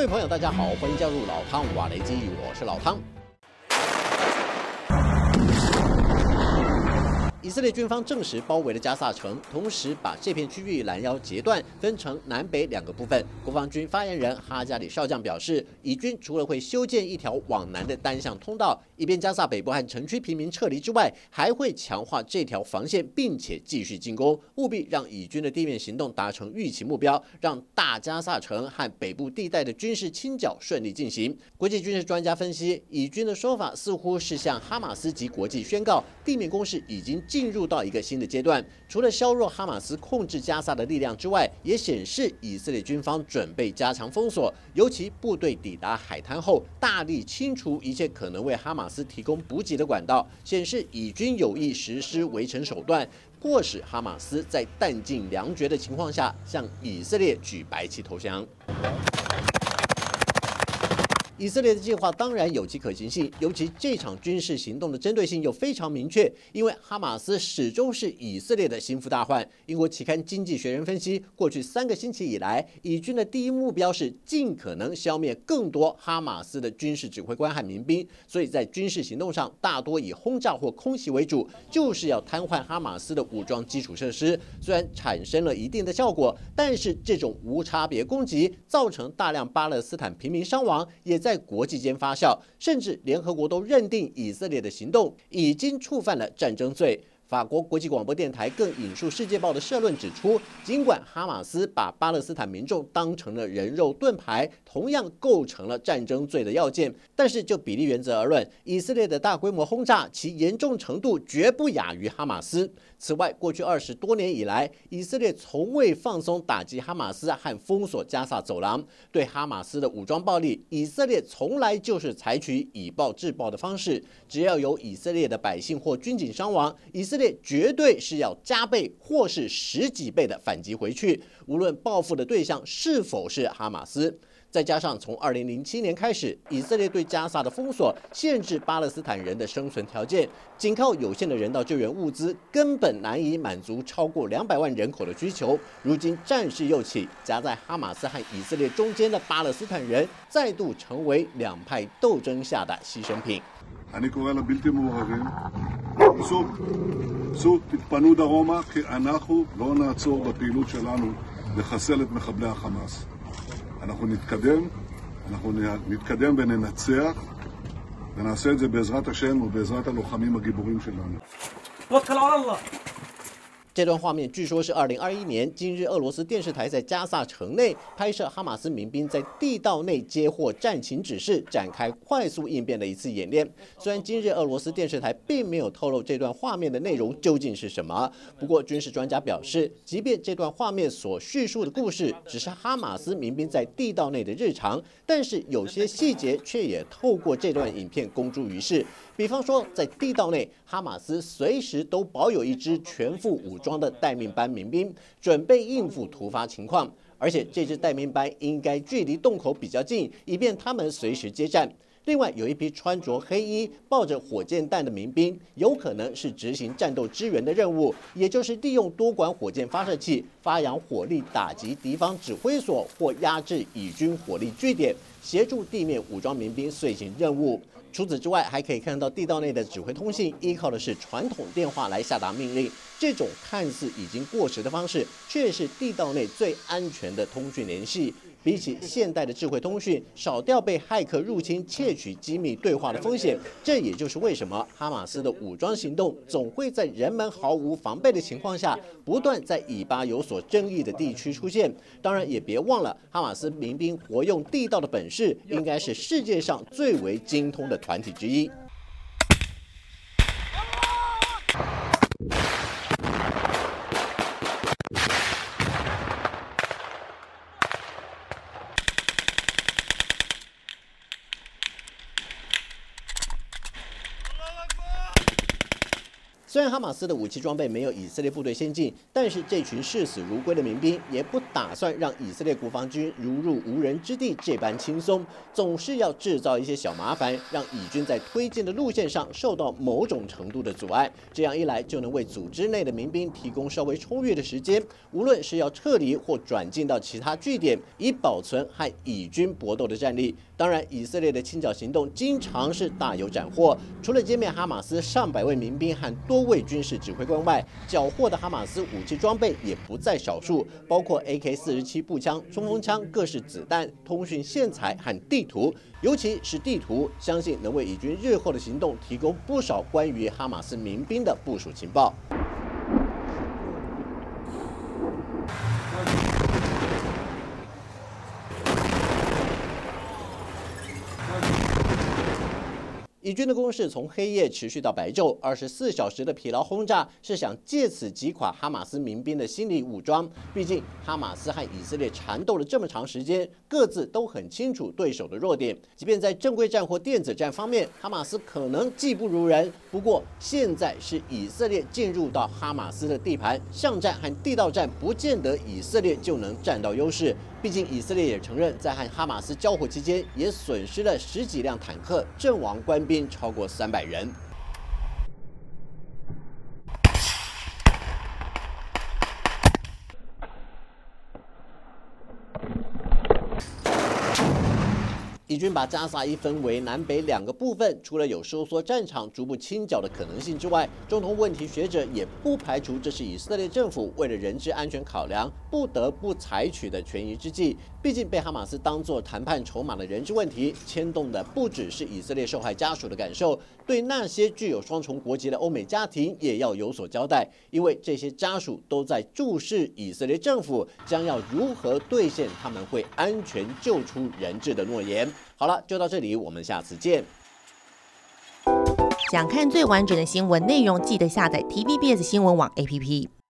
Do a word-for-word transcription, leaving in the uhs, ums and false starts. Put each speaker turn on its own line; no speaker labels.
位朋友，大家好，欢迎加入老汤瓦雷基，我是老汤。以色列军方证实包围了加萨城，同时把这片区域拦腰截断，分成南北两个部分。国防军发言人哈加里少将表示，以军除了会修建一条往南的单向通道，以便加萨北部和城区平民撤离之外，还会强化这条防线，并且继续进攻，务必让以军的地面行动达成预期目标，让大加萨城和北部地带的军事清剿顺利进行。国际军事专家分析，以军的说法似乎是向哈马斯及国际宣告，地面攻势已经进入到一个新的阶段，除了削弱哈马斯控制加萨的力量之外，也显示以色列军方准备加强封锁，尤其部队抵达海滩后，大力清除一切可能为哈马斯提供补给的管道，显示以军有意实施围城手段，迫使哈马斯在弹尽粮绝的情况下向以色列举白旗投降。以色列的计划当然有其可行性，尤其这场军事行动的针对性又非常明确，因为哈马斯始终是以色列的心腹大患。英国期刊《经济学人》分析，过去三个星期以来，以军的第一目标是尽可能消灭更多哈马斯的军事指挥官和民兵，所以在军事行动上大多以轰炸或空袭为主，就是要瘫痪哈马斯的武装基础设施。虽然产生了一定的效果，但是这种无差别攻击造成大量巴勒斯坦平民伤亡，也在国际间发酵，甚至联合国都认定以色列的行动已经触犯了战争罪。法国国际广播电台更引述《世界报》的社论指出，尽管哈马斯把巴勒斯坦民众当成了人肉盾牌，同样构成了战争罪的要件，但是就比例原则而论，以色列的大规模轰炸其严重程度绝不亚于哈马斯。此外，过去二十多年以来，以色列从未放松打击哈马斯和封锁加萨走廊。对哈马斯的武装暴力，以色列从来就是采取以暴制暴的方式。只要有以色列的百姓或军警伤亡，以色列绝对是要加倍或是十几倍的反击回去，无论报复的对象是否是哈马斯。再加上从二零零七年开始，以色列对加萨的封锁限制巴勒斯坦人的生存条件，仅靠有限的人道救援物资根本难以满足超过两百万人口的需求。如今战事又起，夹在哈马斯和以色列中间的巴勒斯坦人再度成为两派斗争下的牺牲品。
אני קורא לבלתי מעורבים, פשוט, פשוט תתפנו דרומה, כי אנחנו לא נעצור בפעילות שלנו לחסל את מחבלי החמאס. אנחנו נתקדם, אנחנו נתקדם וננצח, ונעשה את זה בעזרת השם ובעזרת הלוחמים הגיבורים שלנו.
توكل على الله.
这段画面据说是二零二一年，今日俄罗斯电视台在加萨城内拍摄哈马斯民兵在地道内接获战情指示，展开快速应变的一次演练。虽然今日俄罗斯电视台并没有透露这段画面的内容究竟是什么，不过军事专家表示，即便这段画面所叙述的故事只是哈马斯民兵在地道内的日常，但是有些细节却也透过这段影片公诸于世。比方说，在地道内，哈马斯随时都保有一支全副武装的待命班民兵，准备应付突发情况。而且，这支待命班应该距离洞口比较近，以便他们随时接战。另外，有一批穿着黑衣、抱着火箭弹的民兵，有可能是执行战斗支援的任务，也就是利用多管火箭发射器发扬火力打击敌方指挥所或压制以军火力据点，协助地面武装民兵遂行任务。除此之外，还可以看到地道内的指挥通信依靠的是传统电话来下达命令。这种看似已经过时的方式，却是地道内最安全的通讯联系。比起现代的智慧通讯，少掉被骇客入侵窃取机密对话的风险。这也就是为什么哈马斯的武装行动总会在人们毫无防备的情况下，不断在以巴有所争议的地区出现。当然，也别忘了，哈马斯民兵活用地道的本事，应该是世界上最为精通的团体之一。 虽然哈马斯的武器装备没有以色列部队先进，但是这群视死如归的民兵也不打算让以色列国防军如入无人之地这般轻松，总是要制造一些小麻烦，让以军在推进的路线上受到某种程度的阻碍。这样一来，就能为组织内的民兵提供稍微充裕的时间，无论是要撤离或转进到其他据点，以保存和以军搏斗的战力。当然，以色列的清剿行动经常是大有斩获，除了歼灭哈马斯上百位民兵和多位军事指挥官外，缴获的哈马斯武器装备也不在少数，包括 A K 四十七步枪、冲锋枪、各式子弹、通讯线材和地图。尤其是地图，相信能为以军日后的行动提供不少关于哈马斯民兵的部署情报。以军的攻势从黑夜持续到白昼，二十四小时的疲劳轰炸是想借此击垮哈马斯民兵的心理武装。毕竟哈马斯和以色列缠斗了这么长时间，各自都很清楚对手的弱点。即便在正规战或电子战方面，哈马斯可能技不如人，不过现在是以色列进入到哈马斯的地盘，巷战和地道战不见得以色列就能占到优势。毕竟以色列也承认，在和哈马斯交火期间，也损失了十几辆坦克，阵亡官兵超过三百人。以军把加萨一分为南北两个部分，除了有收缩战场、逐步清剿的可能性之外，中东问题学者也不排除这是以色列政府为了人质安全考量不得不采取的权宜之计。毕竟被哈马斯当作谈判筹码的人质问题，牵动的不只是以色列受害家属的感受，对那些具有双重国籍的欧美家庭也要有所交代，因为这些家属都在注视以色列政府将要如何兑现他们会安全救出人质的诺言。好了，就到这里，我们下次见。
想看最完整的新闻内容，记得下载 T V B S 新闻网 A P P。